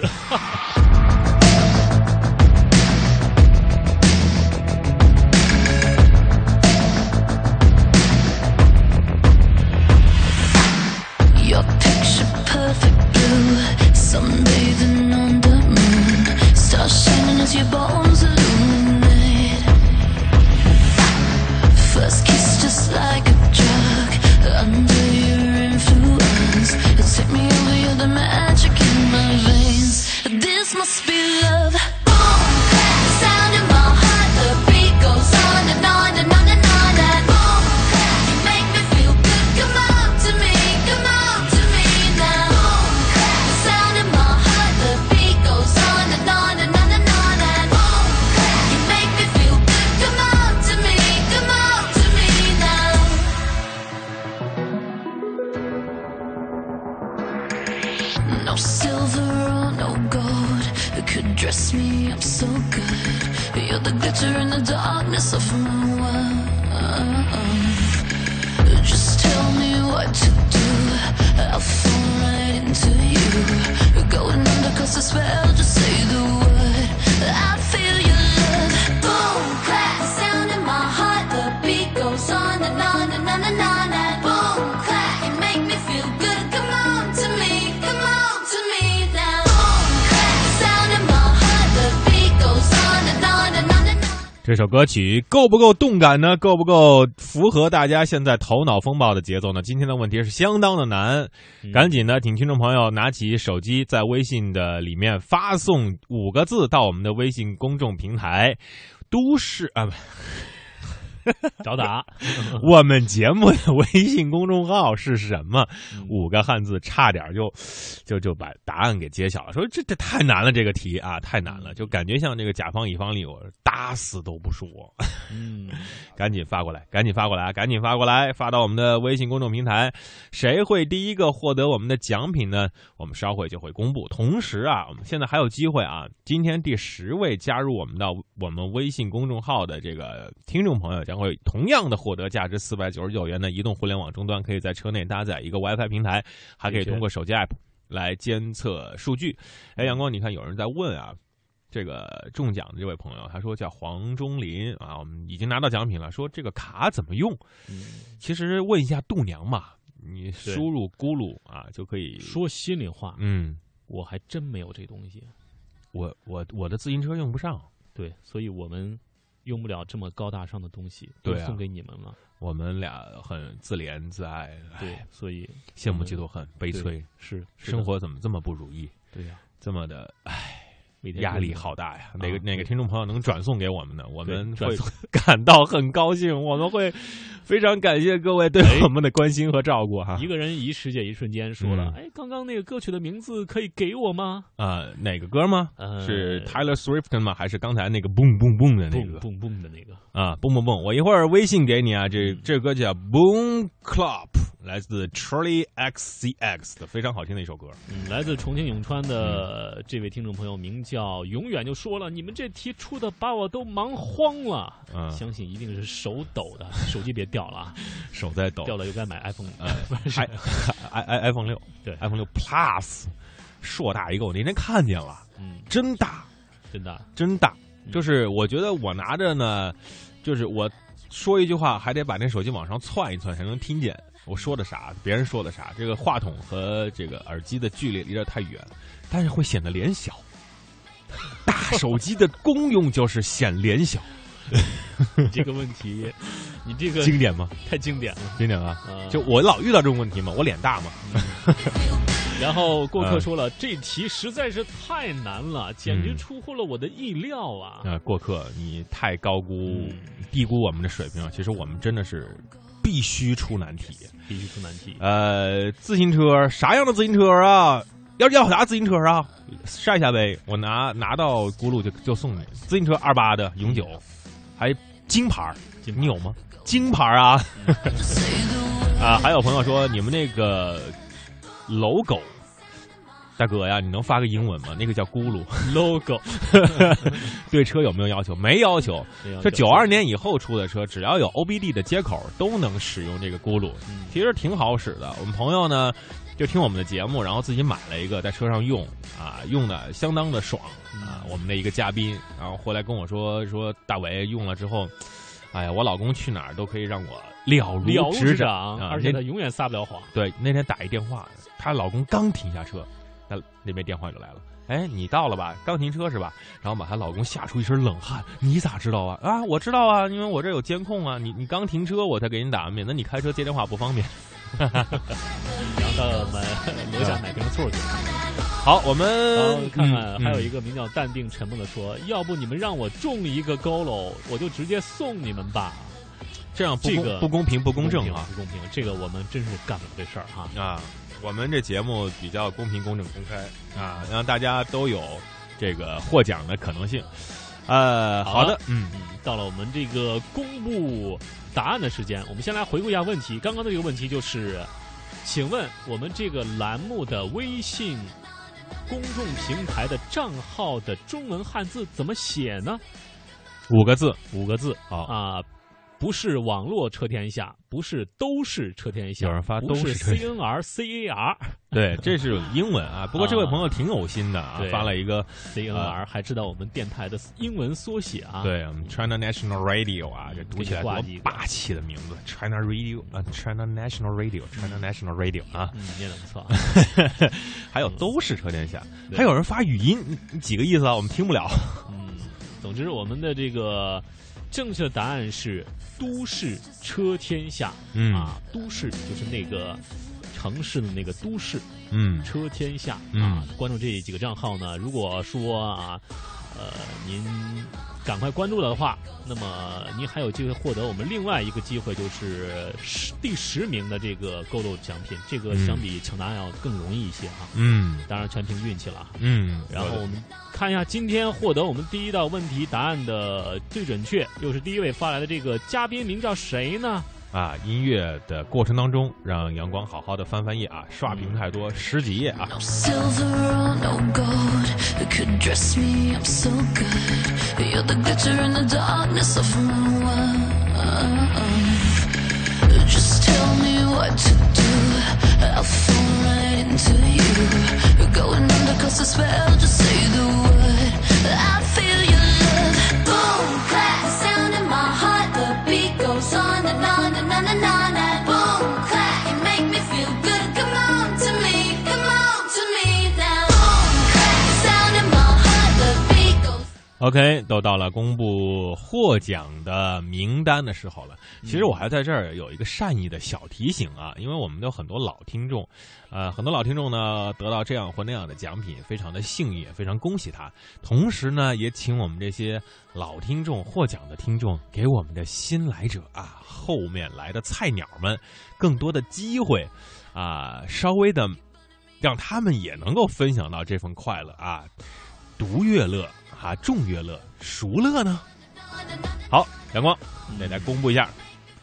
Your picture perfect blue, sunbathing on the moon, stars shining as your bones illuminate. First kiss just like a drug, under your influence, you take me over, you're the magic in my veins. This must be love. Boom, clap, sound in my heart, the beat goes on and on and on and on and boom, clap, you make me feel good. Come on to me, come on to me now. Boom, clap, sound in my heart, the beat goes on and on and on and on and boom, clap, you make me feel good. Come on to me, come on to me now. No silver or no gold could dress me up so good. You're the glitter in the darkness of my world. Just tell me what to do, I'll fall right into you. Going under cause I spell, just say the word, I feel your love. Boom, clap, sound in my heart, the beat goes on and on and on and on and boom, clap, you make me feel good. Come on to me, come on to me now. Boom, clap, sound in my heart, the beat goes on and on and on and on.
这首歌曲够不够动感呢？够不够符合大家现在头脑风暴的节奏呢？今天的问题是相当的难，
嗯、
赶紧的，请听众朋友拿起手机，在微信的里面发送五个字到我们的微信公众平台“都市”啊，
找打。
我们节目的微信公众号是什么？五个汉字，差点就就就把答案给揭晓了。说这这太难了，这个题啊太难了，就感觉像这个甲方乙方里我打死都不说。
嗯，
赶紧发过来，赶紧发过来，赶紧发过来，发到我们的微信公众平台。谁会第一个获得我们的奖品呢？我们稍会就会公布。同时啊，我们现在还有机会啊，今天第十位加入我们到我们微信公众号的这个听众朋友将会同样的获得价值四百九十九元的移动互联网终端，可以在车内搭载一个 WiFi 平台，还可以通过手机 app 来监测数据。哎，阳光，你看有人在问啊，这个中奖的这位朋友，他说叫黄忠林啊，我们已经拿到奖品了，说这个卡怎么用？
嗯、
其实问一下度娘嘛，你输入咕噜啊就可以。
说心里话，
嗯，
我还真没有这东西，
我我我的自行车用不上，
对，所以我们用不了这么高大上的东西，
对、啊，
送给你们了。
我们俩很自怜自爱，
对，所以
羡慕嫉妒恨，悲催，
是
生活怎么这么不如意？
对呀、啊，
这么的唉。
每天
压力好大呀！哪个、
啊、
哪个听众朋友能转送给我们呢？我们会
送
感到很高兴，我们会非常感谢各位对我们的关心和照顾哈。
一个人一世界一瞬间说了，哎、嗯，刚刚那个歌曲的名字可以给我吗？
啊、呃，哪个歌吗？
呃、
是 Taylor Swift 吗？还是刚才那个 boom boom boom 的那个
boom boom boom 的那个
啊 boom boom boom？我一会儿微信给你啊，这这歌叫 Boom Clap。 来自 Charlie X C X 的非常好听的一首歌。
嗯，来自重庆永川的这位听众朋友名叫永远就说了：“你们这题出的把我都忙慌了。”嗯，相信一定是手抖的，手机别掉了啊，
手在抖，
掉了又该买 iPhone，
呃，i i iPhone 六，
对
，iPhone 六 Plus， 硕大一个，我那天看见了，
嗯，
真大，
真大，
真大，就是我觉得我拿着呢，就是我。说一句话还得把那手机往上窜一窜才能听见我说的啥，别人说的啥。这个话筒和这个耳机的距离离得太远，但是会显得脸小。大手机的功用就是显脸小。
这个问题，你这个
经典吗？
太经典了，
经典啊！
呃、
就我老遇到这种问题嘛，我脸大嘛。
然后过客说了，嗯、这题实在是太难了，简直出乎了我的意料啊！啊、
嗯呃，过客，你太高估、嗯、低估我们的水平了。其实我们真的是必须出难题，
必须出难题。
呃，自行车啥样的自行车啊？要要啥自行车啊？晒一下呗，我拿拿到轱辘就就送你。自行车二八的永久，还金牌，你有吗？金牌啊！啊，还有朋友说你们那个。logo， 大哥呀，你能发个英文吗？那个叫咕噜
logo，
对车有没有要求？没要求。这九二年以后出的车，只要有 O B D 的接口，都能使用这个咕噜，嗯、其实挺好使的。我们朋友呢，就听我们的节目，然后自己买了一个在车上用，啊，用的相当的爽啊。我们的一个嘉宾，然后回来跟我说说，大伟用了之后。哎呀，我老公去哪儿都可以让我了如指掌，
啊、而且他永远撒不了谎。
对，那天打一电话，她老公刚停下车，那那边电话就来了。哎，你到了吧？刚停车是吧？然后把她老公吓出一身冷汗。你咋知道啊？啊，我知道啊，因为我这有监控啊。你你刚停车，我才给你打，免得你开车接电话不方便。
然后到我们楼下买瓶醋去。
好，我们
看看，还有一个名叫淡定沉默的说：“嗯、要不你们让我中一个佝偻，我就直接送你们吧。”
这样不
这个
不公平不公正啊！
不公平，这个我们真是干不了这事儿哈
啊！我们这节目比较公平、公正、公开啊，让大家都有这个获奖的可能性。呃，好的，
嗯嗯，到了我们这个公布答案的时间，我们先来回顾一下问题。刚刚的这个问题就是，请问我们这个栏目的微信公众平台的账号的中文汉字怎么写呢？
五个字，
五个字
啊
啊，不是网络车天下，不是都是车天下，
有人发都
是
车
C N R C A R，
对，这是英文啊。不过这位朋友挺有心的啊，发了一个
C N R，、呃、还知道我们电台的英文缩写啊。
对，我们 China National Radio 啊，这读起来多霸气的名字 ，China Radio 啊 ，China National Radio，China National Radio 啊，
嗯，念的不错。
还有都是车天下，还有人发语音，几个意思啊？我们听不了。
嗯，总之我们的这个。正确的答案是都市车天下，
嗯
啊，都市就是那个城市的那个都市，
嗯，
车天下
嗯
啊。关注这几个账号呢，如果说啊，呃，您赶快关注了的话，那么您还有机会获得我们另外一个机会，就是第十名的这个佝偻奖品。这个相比抢答案要更容易一些哈。
嗯，
当然全凭运气了。
嗯，
然后我们看一下今天获得我们第一道问题答案的最准确，又是第一位发来的这个嘉宾名叫谁呢？
啊，音乐的过程当中，让阳光好好的翻翻页啊，刷屏太多，十几页啊。OK， 都到了公布获奖的名单的时候了。其实我还在这儿有一个善意的小提醒啊，因为我们有很多老听众，呃，很多老听众呢得到这样或那样的奖品，非常的幸运，也非常恭喜他。同时呢，也请我们这些老听众获奖的听众，给我们的新来者啊，后面来的菜鸟们更多的机会啊，稍微的让他们也能够分享到这份快乐啊，独乐乐。啊，众乐乐，孰乐呢？好，阳光，得来公布一下。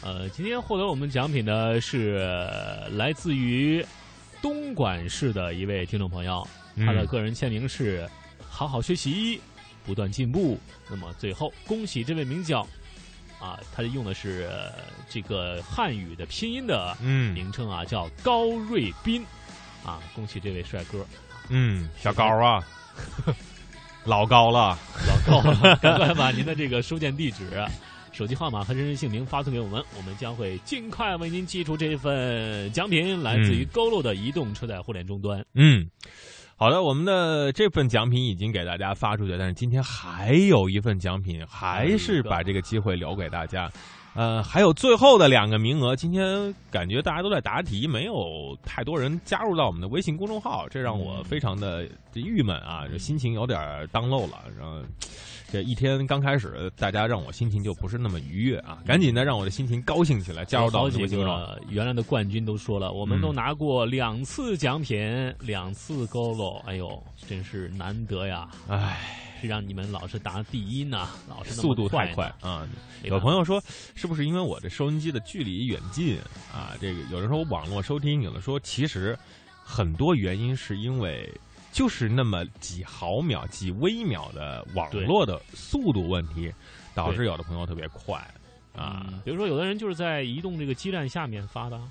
呃，今天获得我们奖品的是来自于东莞市的一位听众朋友，
嗯、
他的个人签名是“好好学习，不断进步”。那么最后，恭喜这位名叫啊，他用的是这个汉语的拼音的名称啊，嗯、叫高瑞斌啊，恭喜这位帅哥。
嗯，小高啊，老高了，
老高了，赶快把您的这个收件地址、手机号码和真实姓名发送给我们，我们将会尽快为您寄出这份奖品，来自于 G O L O 的移动车载互联终端。
嗯。好的，我们的这份奖品已经给大家发出去，但是今天还有一份奖品，还是把这个机会留给大家。呃，还有最后的两个名额，今天感觉大家都在答题，没有太多人加入到我们的微信公众号，这让我非常的郁闷啊，这心情有点当漏了。然后这一天刚开始，大家让我心情就不是那么愉悦啊，赶紧的让我的心情高兴起来，加入到我们的微信公众号。
原来的冠军都说了，我们都拿过两次奖品，嗯、两次 G O L O， 哎呦，真是难得呀！
哎。
是让你们老是答第一呢，老是那么
速度太快啊！有朋友说，是不是因为我的收音机的距离远近啊？这个有的说网络收听，有的说其实很多原因是因为就是那么几毫秒、几微秒的网络的速度问题，导致有的朋友特别快啊。
嗯、比如说，有的人就是在移动这个基站下面发的，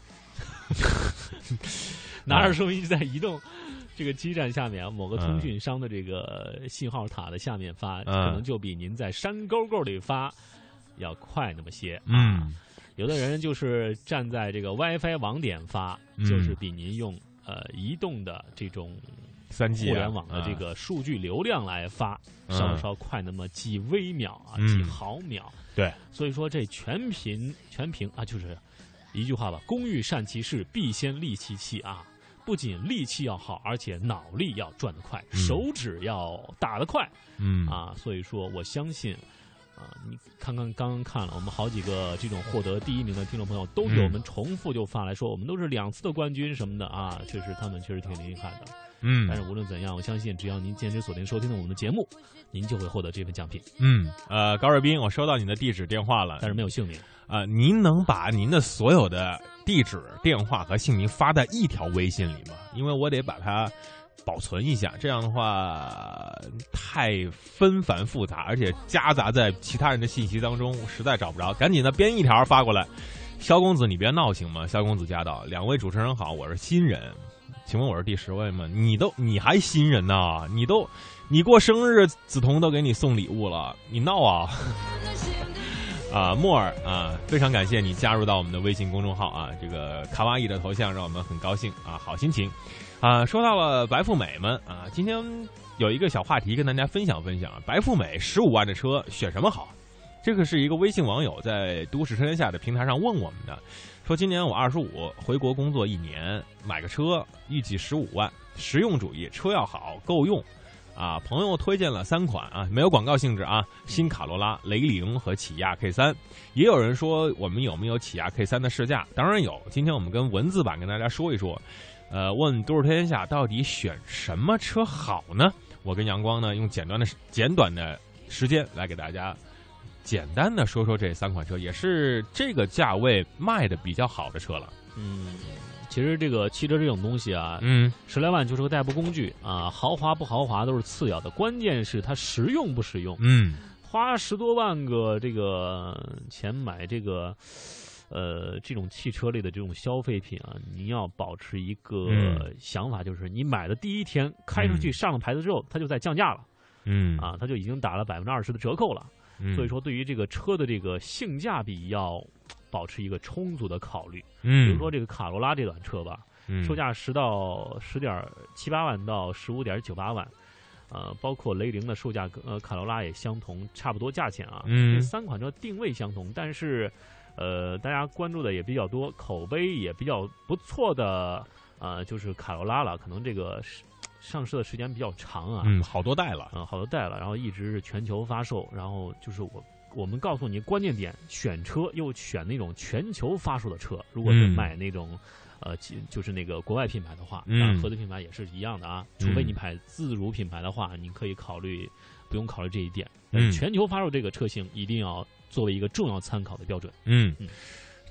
拿着收音机在移动。这个基站下面某个通讯商的这个信号塔的下面发，嗯、可能就比您在山沟沟里发要快那么些。
嗯，
啊、有的人就是站在这个 WiFi 网点发，嗯、就是比您用呃移动的这种
三 G
互联网的这个数据流量来发，
嗯、
稍稍快那么几微秒啊，
嗯、
几毫秒。
对，
所以说这全凭全凭啊，就是一句话吧：工欲善其事，必先利其器啊。不仅力气要好，而且脑力要转得快，
嗯、
手指要打得快，
嗯
啊，所以说我相信，啊，你看看刚刚看了，我们好几个这种获得第一名的听众朋友都给我们重复就发来说，我们都是两次的冠军什么的啊，确实他们确实挺厉害的，
嗯，
但是无论怎样，我相信只要您坚持锁定收听的我们的节目，您就会获得这份奖品。
嗯，呃，高瑞斌，我收到你的地址电话了，
但是没有姓名。
啊、呃，您能把您的所有的地址、电话和姓名发在一条微信里吗？因为我得把它保存一下，这样的话太纷繁复杂，而且夹杂在其他人的信息当中，实在找不着。赶紧的编一条发过来。萧公子，你别闹行吗？萧公子驾到，两位主持人好，我是新人，请问我是第十位吗？你都你还新人呢？你都你过生日，梓潼都给你送礼物了，你闹啊？啊，莫尔啊，非常感谢你加入到我们的微信公众号啊，这个卡哇伊的头像让我们很高兴啊，好心情啊。说到了白富美们啊，今天有一个小话题跟大家分享分享，白富美十五万的车选什么好？这个是一个微信网友在都市车天下的平台上问我们的，说今年我二十五，回国工作一年，买个车，预计十五万，实用主义，车要好，够用。啊，朋友推荐了三款啊，没有广告性质啊，新卡罗拉、雷凌和起亚 K 三。也有人说我们有没有起亚 K 三的试驾？当然有。今天我们跟文字版跟大家说一说，呃，问都市天下到底选什么车好呢？我跟阳光呢用简短的简短的时间来给大家简单的说说这三款车，也是这个价位卖的比较好的车了。
嗯。其实这个汽车这种东西啊，
嗯，
十来万就是个代步工具啊，豪华不豪华都是次要的，关键是它实用不实用。
嗯，
花十多万个这个钱买这个，呃，这种汽车类的这种消费品啊，你要保持一个想法，就是你买的第一天开出去上了牌子之后，它就在降价了。
嗯，
啊，它就已经打了百分之二十的折扣了。
嗯，
所以说对于这个车的这个性价比要保持一个充足的考虑。
嗯，
比如说这个卡罗拉这款车吧，
嗯、
售价十到十点七八万到十五点九八万，呃，包括雷凌的售价，呃，卡罗拉也相同，差不多价钱啊。
嗯，
这三款车定位相同，但是，呃，大家关注的也比较多，口碑也比较不错的，呃，就是卡罗拉了，可能这个上市的时间比较长啊，
嗯，好多代了，
嗯，好多代了，然后一直是全球发售，然后就是我。我们告诉你关键点，选车又选那种全球发售的车。如果是买那种，嗯、呃，就是那个国外品牌的话，
嗯，
合资品牌也是一样的啊。除非你买自主品牌的话，你可以考虑，不用考虑这一点。
嗯，
全球发售这个车型一定要作为一个重要参考的标准。
嗯。
嗯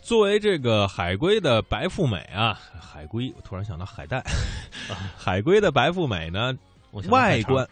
作为这个海归的白富美啊，海归，我突然想到海带，啊、海归的白富美呢，外观，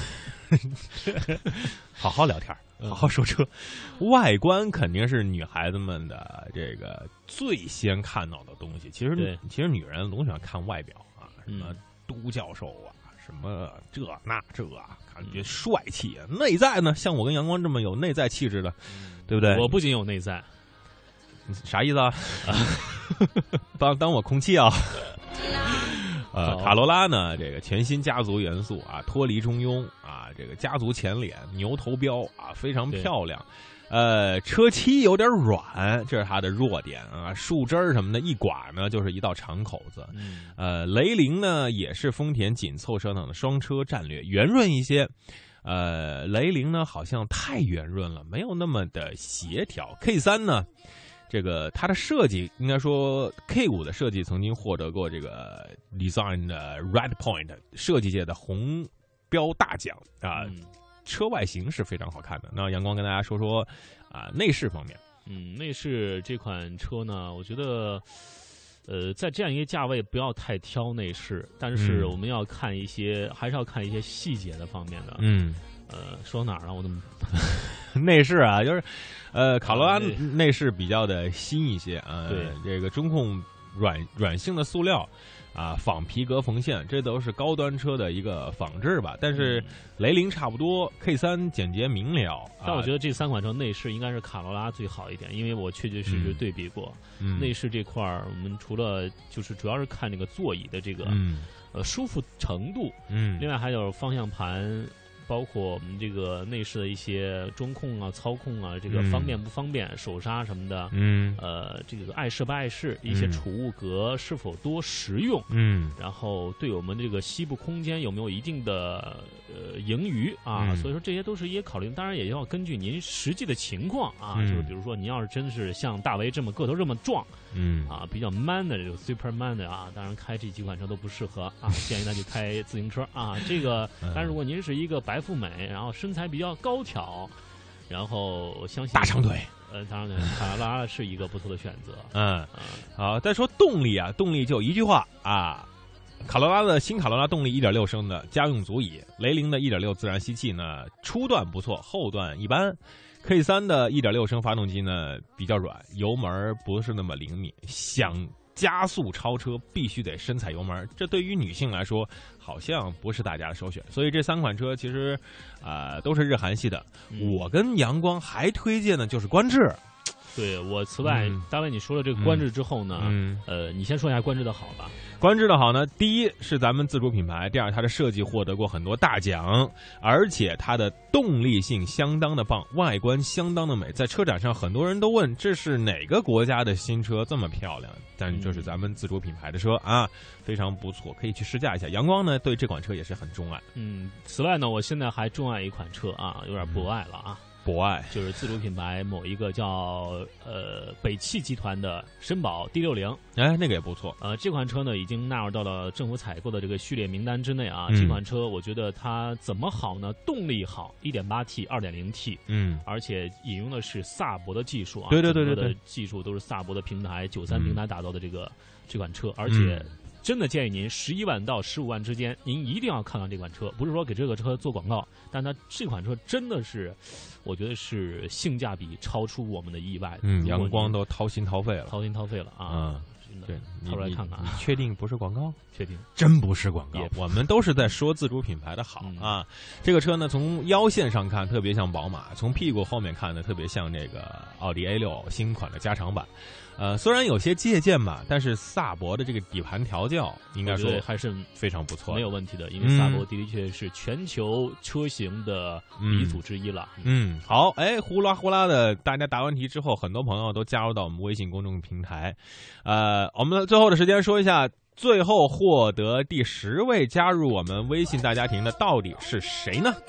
好好聊天，好好说车，嗯、外观肯定是女孩子们的这个最先看到的东西。其实，其实女人总喜欢看外表啊，什么都教授啊，什么这那这啊，感觉帅气。内在呢，像我跟阳光这么有内在气质的，对不对？
我不仅有内在。
啥意思啊？当当我空气啊！呃，卡罗拉呢，这个全新家族元素啊，脱离中庸啊，这个家族前脸牛头标啊，非常漂亮。呃，车漆有点软，这是它的弱点啊。树枝儿什么的，一刮呢就是一道长口子。
嗯、
呃，雷凌呢也是丰田紧凑车上的双车战略，圆润一些。呃，雷凌呢好像太圆润了，没有那么的协调。K 三呢？这个它的设计，应该说 K 五的设计曾经获得过这个 Design 的 Red Point 设计界的红标大奖啊、嗯。车外形是非常好看的。那阳光跟大家说说啊内饰方面。
嗯，内饰这款车呢，我觉得呃在这样一个价位不要太挑内饰，但是我们要看一些，嗯、还是要看一些细节的方面的。
嗯。
呃，说哪儿了？我怎么
内饰啊？就是，呃，卡罗拉内饰比较的新一些啊。
对，
这个中控软软性的塑料啊，仿皮革缝线，这都是高端车的一个仿制吧。但是雷凌差不多 ，K 三简洁明了。
但我觉得这三款车内饰应该是卡罗拉最好一点，因为我确确实实对比过。
嗯、
内饰这块儿，我们除了就是主要是看这个座椅的这个、
嗯、
呃舒服程度，
嗯，
另外还有方向盘。包括我们这个内饰的一些中控啊、操控啊，这个方便不方便、嗯、手刹什么的，
嗯，
呃，这个碍事不碍事，一些储物格是否多实用，
嗯，
然后对我们这个膝部空间有没有一定的呃盈余啊、
嗯，
所以说这些都是一些考虑，当然也要根据您实际的情况啊，
嗯、
就是比如说您要是真是像大为这么个头这么壮，
嗯，
啊，比较 man 的这种 super man 的啊，当然开这几款车都不适合啊，建议大家开自行车啊，这个，但如果您是一个白富美，然后身材比较高挑，然后我相信
大长腿，
呃，当然卡罗拉是一个不错的选择。
嗯，好，再说动力啊，动力就一句话啊，卡罗拉的新卡罗拉动力一点六升的家用足矣，雷凌的一点六自然吸气呢，初段不错，后段一般。K 三的一点六升发动机呢比较软，油门不是那么灵敏，想加速超车必须得深踩油门，这对于女性来说好像不是大家的首选。所以这三款车其实啊、呃、都是日韩系的、嗯。我跟阳光还推荐的就是观致。
对，我此外，
嗯、
大卫你说了这个观致之后呢，
嗯，
呃，你先说一下观致的好吧。
观致的好呢，第一是咱们自主品牌，第二它的设计获得过很多大奖，而且它的动力性相当的棒，外观相当的美。在车展上，很多人都问这是哪个国家的新车这么漂亮，但这是咱们自主品牌的车啊，非常不错，可以去试驾一下。阳光呢对这款车也是很钟爱。
嗯，此外呢，我现在还钟爱一款车啊，有点博爱了啊。
嗯博爱
就是自主品牌某一个叫呃北汽集团的绅宝 D 六十，
哎，那个也不错。
呃，这款车呢已经纳入到了政府采购的这个序列名单之内啊。
嗯、
这款车我觉得它怎么好呢？动力好 ，一点八 T、二点零 T，
嗯，
而且引用的是萨博的技术啊，
对对对对对，
的技术都是萨博的平台九三平台打造的这个、嗯、这款车，而且。嗯真的建议您十一万到十五万之间，您一定要看看这款车。不是说给这个车做广告，但它这款车真的是，我觉得是性价比超出我们的意外。
嗯，阳光都掏心掏肺了，
掏心掏肺了啊！
嗯，对，
掏出来看看啊！
你确定不是广告？
确定，
真不是广告。我们都是在说自主品牌的好、嗯、啊。这个车呢，从腰线上看特别像宝马，从屁股后面看呢特别像这个奥迪 A 六新款的加长版。呃，虽然有些借鉴吧，但是萨博的这个底盘调教应该说
还是
非常不错，
没有问题的。因为萨博的的确是全球车型的鼻祖之一了。
嗯，嗯好，哎，呼啦呼啦的，大家答完题之后，很多朋友都加入到我们微信公众平台。呃，我们最后的时间说一下，最后获得第十位加入我们微信大家庭的到底是谁呢？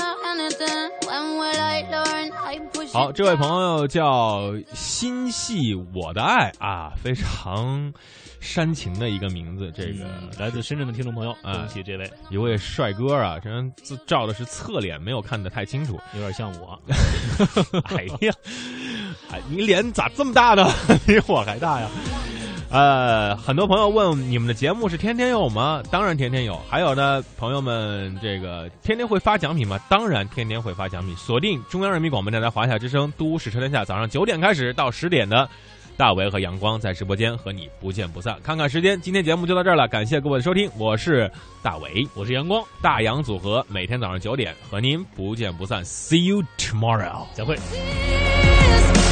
好，这位朋友叫心系我的爱啊，非常煽情的一个名字。这个、
嗯、来自深圳的听众朋友，
啊、
恭喜这位
一位帅哥啊，这人照的是侧脸，没有看得太清楚，
有点像我。
哎呀， 哎，你脸咋这么大呢？比我还大呀！呃，很多朋友问你们的节目是天天有吗？当然天天有。还有呢，朋友们，这个天天会发奖品吗？当然天天会发奖品。锁定中央人民广播电台华夏之声都市车天下，早上九点开始到十点的大为和阳光在直播间和你不见不散。看看时间，今天节目就到这儿了，感谢各位的收听，我是大为，
我是阳光，
大洋组合，每天早上九点和您不见不散。See you tomorrow，
再会。